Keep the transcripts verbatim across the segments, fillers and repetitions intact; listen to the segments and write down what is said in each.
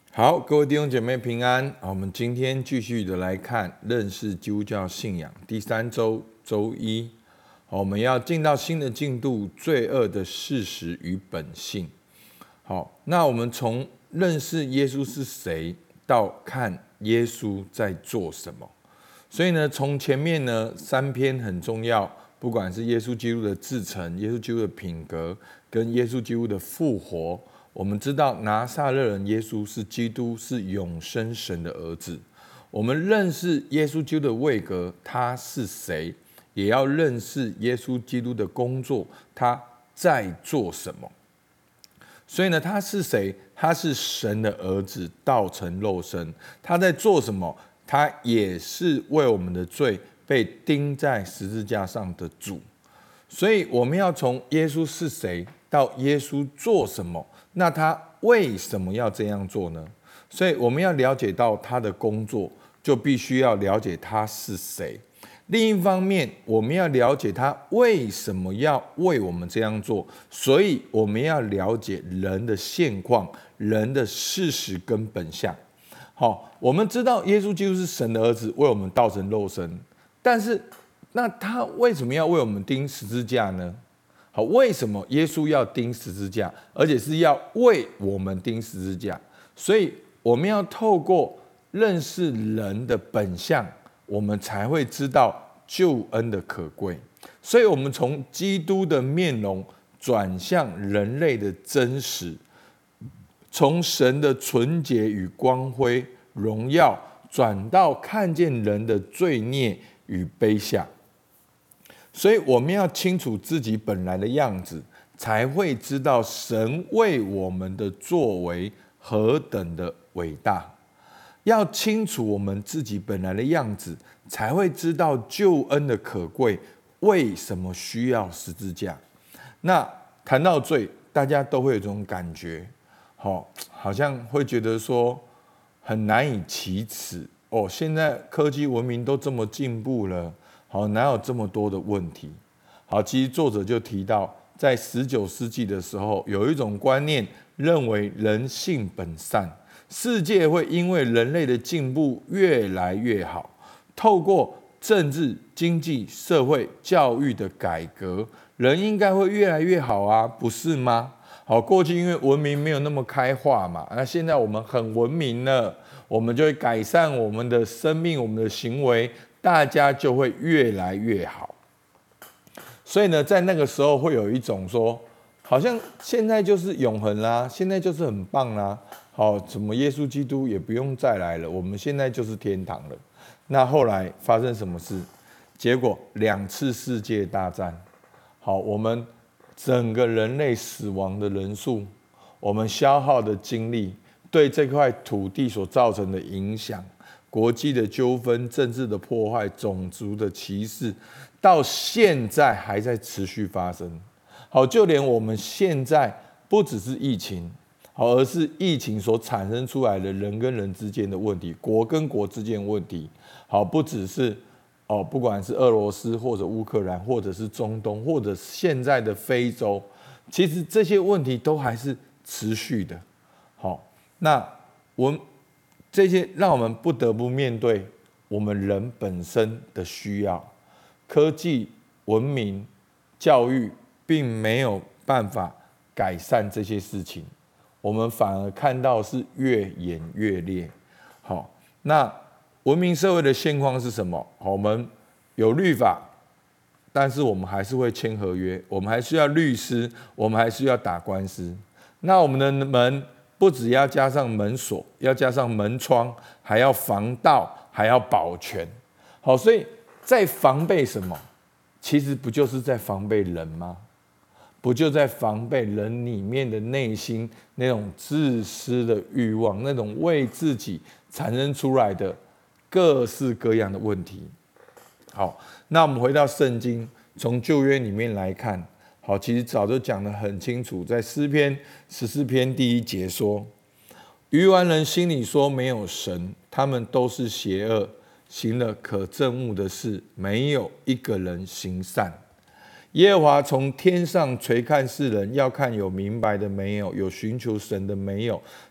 好，各位弟兄姐妹平安。我们今天继续的来看认识基督教信仰第三周周一。好，我们要进到新的进度，罪恶的事实与本性。好，那我们从认识耶稣是谁，到看耶稣在做什么。所以呢，从前面呢三篇很重要，不管是耶稣基督的自成、耶稣基督的品格，跟耶稣基督的复活。我们知道拿撒勒人耶稣是基督，是永生神的儿子。我们认识耶稣基督的位格，他是谁，也要认识耶稣基督的工作，他在做什么。所以呢，他是谁？他是神的儿子，道成肉身。他在做什么？他也是为我们的罪被钉在十字架上的主。所以我们要从耶稣是谁到耶稣做什么，那他为什么要这样做呢？所以我们要了解到他的工作，就必须要了解他是谁。另一方面，我们要了解他为什么要为我们这样做，所以我们要了解人的现况、人的事实跟本相。好，我们知道耶稣基督是神的儿子，为我们道成肉身，但是那他为什么要为我们钉十字架呢？好，为什么耶稣要钉十字架，而且是要为我们钉十字架？所以我们要透过认识人的本相，我们才会知道救恩的可贵。所以我们从基督的面容转向人类的真实，从神的纯洁与光辉荣耀，转到看见人的罪孽与卑下。所以我们要清楚自己本来的样子，才会知道神为我们的作为何等的伟大。要清楚我们自己本来的样子，才会知道救恩的可贵，为什么需要十字架。那谈到罪，大家都会有这种感觉，好像会觉得说很难以启齿哦。现在科技文明都这么进步了，好，哪有这么多的问题？好，其实作者就提到，在十九世纪的时候，有一种观念认为人性本善，世界会因为人类的进步越来越好，透过政治、经济、社会、教育的改革，人应该会越来越好啊，不是吗？好，过去因为文明没有那么开化嘛，那现在我们很文明了，我们就会改善我们的生命、我们的行为。大家就会越来越好。所以呢，在那个时候会有一种说，好像现在就是永恒啦，现在就是很棒啦。好，什么耶稣基督也不用再来了，我们现在就是天堂了。那后来发生什么事？结果两次世界大战，好，我们整个人类死亡的人数，我们消耗的精力，对这块土地所造成的影响。国际的纠纷、政治的破坏、种族的歧视，到现在还在持续发生。好，就连我们现在不只是疫情，好，而是疫情所产生出来的人跟人之间的问题，国跟国之间的问题。好，不只是哦，不管是俄罗斯或者乌克兰，或者是中东，或者现在的非洲，其实这些问题都还是持续的。好，那我们。这些让我们不得不面对我们人本身的需要，科技、文明、教育并没有办法改善这些事情，我们反而看到是越演越烈。好，那文明社会的现况是什么？我们有律法，但是我们还是会签合约，我们还需要律师，我们还需要打官司。那我们的门不只要加上门锁，要加上门窗，还要防盗，还要保全。好，所以在防备什么？其实不就是在防备人吗？不就在防备人里面的内心那种自私的欲望，那种为自己产生出来的各式各样的问题。好，那我们回到圣经，从旧约里面来看。好，其实早就讲得很清楚，在诗篇十四篇第一节说：“愚顽人心里说没有神，他们都是邪恶，行了可憎恶的事，没有一个人行善。耶和华从天上垂看世人，要看有明白的没有，有寻求神的没有。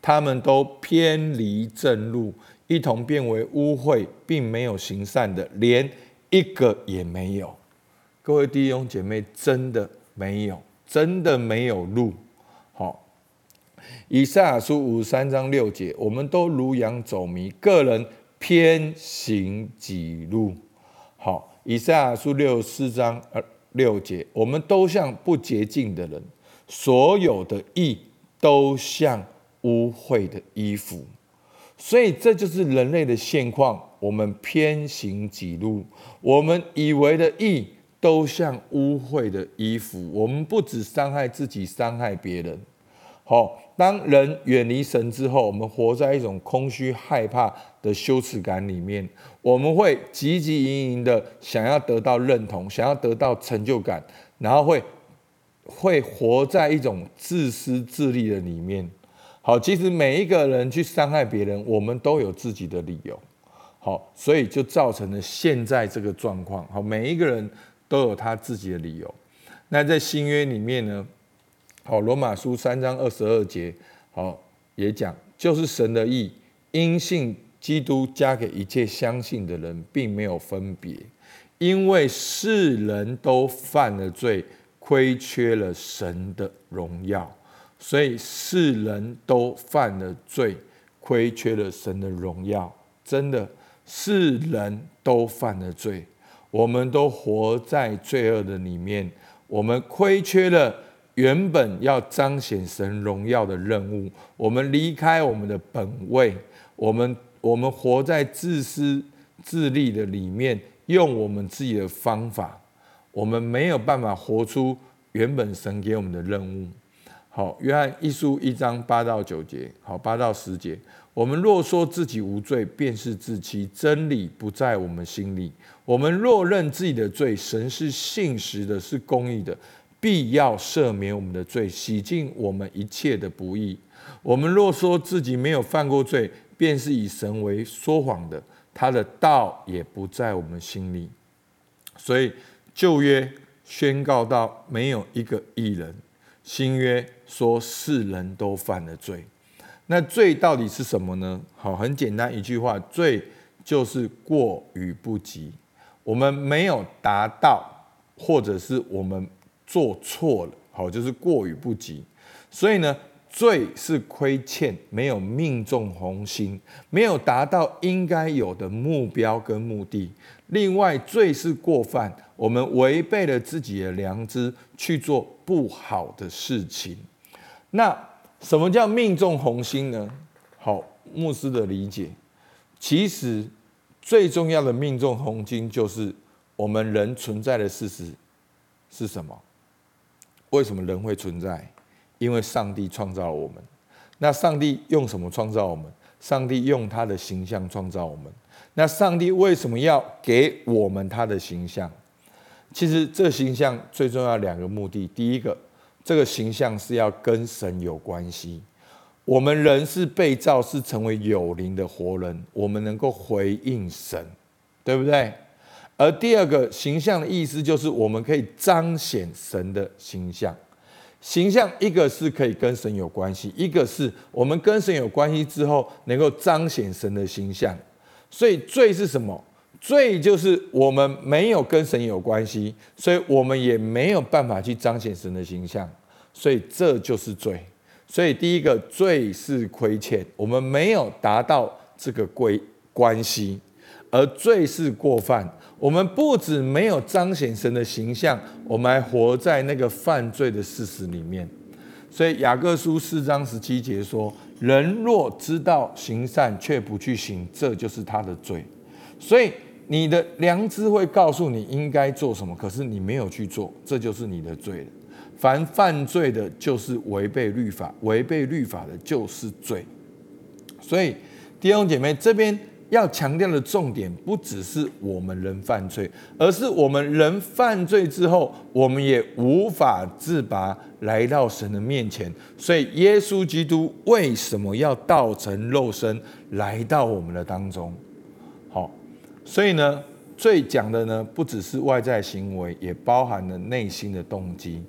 他们都偏离正路，一同变为污秽，并没有行善的，连一个也没有。各位弟兄姐妹，真的没有，真的没有路。好，以赛亚书五十三章六节，我们都如羊走迷，个人偏行己路。好，以赛亚书六十四章六节，我们都像不洁净的人，所有的义都像污秽的衣服。所以这就是人类的现况，我们偏行己路，我们以为的义都像污秽的衣服。我们不只伤害自己，伤害别人。好，当人远离神之后，我们活在一种空虚、害怕的羞耻感里面，我们会汲汲营营的想要得到认同，想要得到成就感，然后会会活在一种自私自利的里面。好，其实每一个人去伤害别人，我们都有自己的理由。好，所以就造成了现在这个状况。好，每一个人都有他自己的理由。那在新约里面呢？好，罗马书三章二十二节，好也讲，就是神的义，因信基督加给一切相信的人，并没有分别，因为世人都犯了罪，亏缺了神的荣耀。所以世人都犯了罪，亏缺了神的荣耀。真的，世人都犯了罪，我们都活在罪恶的里面，我们亏缺了原本要彰显神荣耀的任务，我们离开我们的本位，我们我们活在自私自利的里面，用我们自己的方法，我们没有办法活出原本神给我们的任务。好，约翰一书一章八到九节，好八到十节，我们若说自己无罪，便是自欺，真理不在我们心里。我们若认自己的罪，神是信实的，是公义的，必要赦免我们的罪，洗净我们一切的不义。我们若说自己没有犯过罪，便是以神为说谎的，他的道也不在我们心里。所以旧约宣告到没有一个义人，新约说世人都犯了罪。那罪到底是什么呢？好，很简单一句话，罪就是过与不及。我们没有达到，或者是我们做错了，好，就是过与不及。所以呢，罪是亏欠，没有命中红心，没有达到应该有的目标跟目的。另外，罪是过犯，我们违背了自己的良知，去做不好的事情。那什么叫命中红心呢？好，牧师的理解，其实最重要的命中红心就是我们人存在的事实是什么？为什么人会存在？因为上帝创造了我们。那上帝用什么创造我们？上帝用他的形象创造我们。那上帝为什么要给我们他的形象？其实这个形象最重要两个目的。第一个，这个形象是要跟神有关系。我们人是被造，是成为有灵的活人，我们能够回应神，对不对？而第二个形象的意思就是我们可以彰显神的形象。形象一个是可以跟神有关系，一个是我们跟神有关系之后能够彰显神的形象。所以罪是什么？罪就是我们没有跟神有关系，所以我们也没有办法去彰显神的形象，所以这就是罪。所以第一个，罪是亏欠，我们没有达到这个关系，而罪是过犯，我们不止没有彰显神的形象，我们还活在那个犯罪的事实里面。所以雅各书四章十七节说，人若知道行善却不去行，这就是他的罪。所以你的良知会告诉你应该做什么，可是你没有去做，这就是你的罪了。凡犯罪的就是违背律法，违背律法的就是罪。所以弟兄姐妹，这边要强调的重点不只是我们人犯罪，而是我们人犯罪之后，我们也无法自拔，来到神的面前。所以耶稣基督为什么要道成肉身来到我们的当中？好，所以呢，罪讲的呢不只是外在行为，也包含了内心的动机。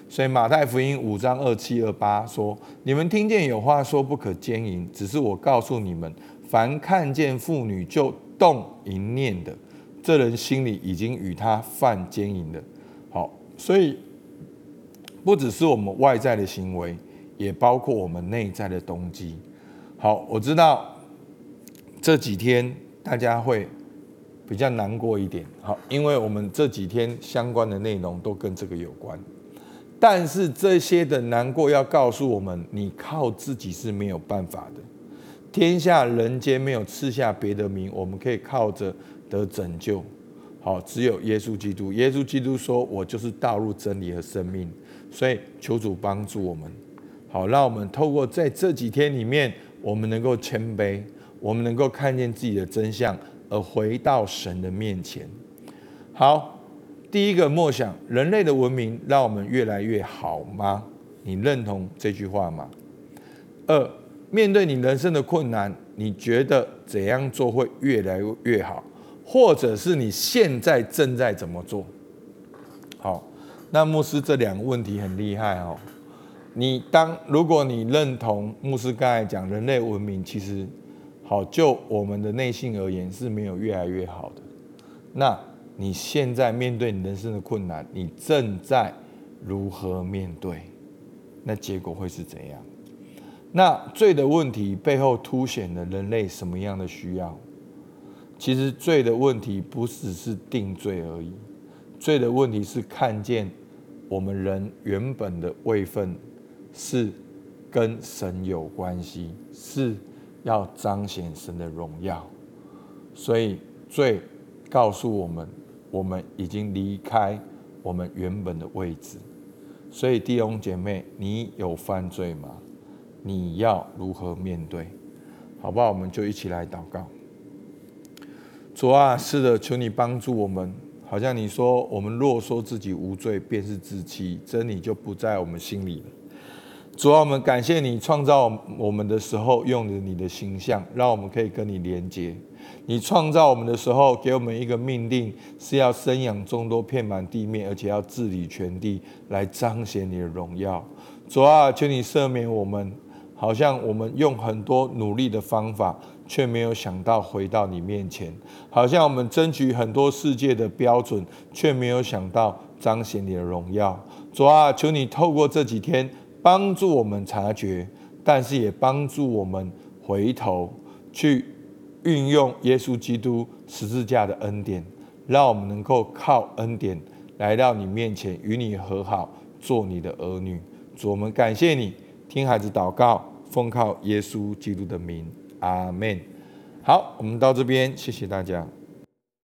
所以马太福音五章二七二八说：你们听见有话说不可奸淫，只是我告诉你们，凡看见妇女就动淫念的，这人心里已经与他犯奸淫了。好，所以不只是我们外在的行为，也包括我们内在的动机。好，我知道这几天大家会比较难过一点，好，因为我们这几天相关的内容都跟这个有关。但是这些的难过要告诉我们，你靠自己是没有办法的。天下人间没有赐下别的名，我们可以靠着得拯救。好，只有耶稣基督。耶稣基督说：“我就是道路、真理和生命。”所以求主帮助我们。好，让我们透过在这几天里面，我们能够谦卑，我们能够看见自己的真相，而回到神的面前。好。第一个默想，人类的文明让我们越来越好吗？你认同这句话吗？二，面对你人生的困难，你觉得怎样做会越来越好？或者是你现在正在怎么做？好，那牧师这两个问题很厉害哦。你当如果你认同牧师刚才讲，人类文明其实好，就我们的内心而言是没有越来越好的。那你现在面对你人生的困难，你正在如何面对？那结果会是怎样？那罪的问题背后凸显了人类什么样的需要？其实罪的问题不只是定罪而已，罪的问题是看见我们人原本的位分是跟神有关系，是要彰显神的荣耀。所以罪告诉我们，我们已经离开我们原本的位置。所以弟兄姐妹，你有犯罪吗？你要如何面对？好不好？我们就一起来祷告。主啊，是的，求你帮助我们。好像你说，我们若说自己无罪，便是自欺，真理就不在我们心里了。主啊，我们感谢你创造我们的时候，用了你的形象，让我们可以跟你连结。你创造我们的时候，给我们一个命令，是要生养众多，遍满地面，而且要治理全地，来彰显你的荣耀。主啊，求你赦免我们，好像我们用很多努力的方法，却没有想到回到你面前；好像我们争取很多世界的标准，却没有想到彰显你的荣耀。主啊，求你透过这几天帮助我们察觉，但是也帮助我们回头去运用耶稣基督十字架的恩典，让我们能够靠恩典来到你面前，与你和好，做你的儿女。主，我们感谢你，听孩子祷告，奉靠耶稣基督的名，阿们。好，我们到这边，谢谢大家。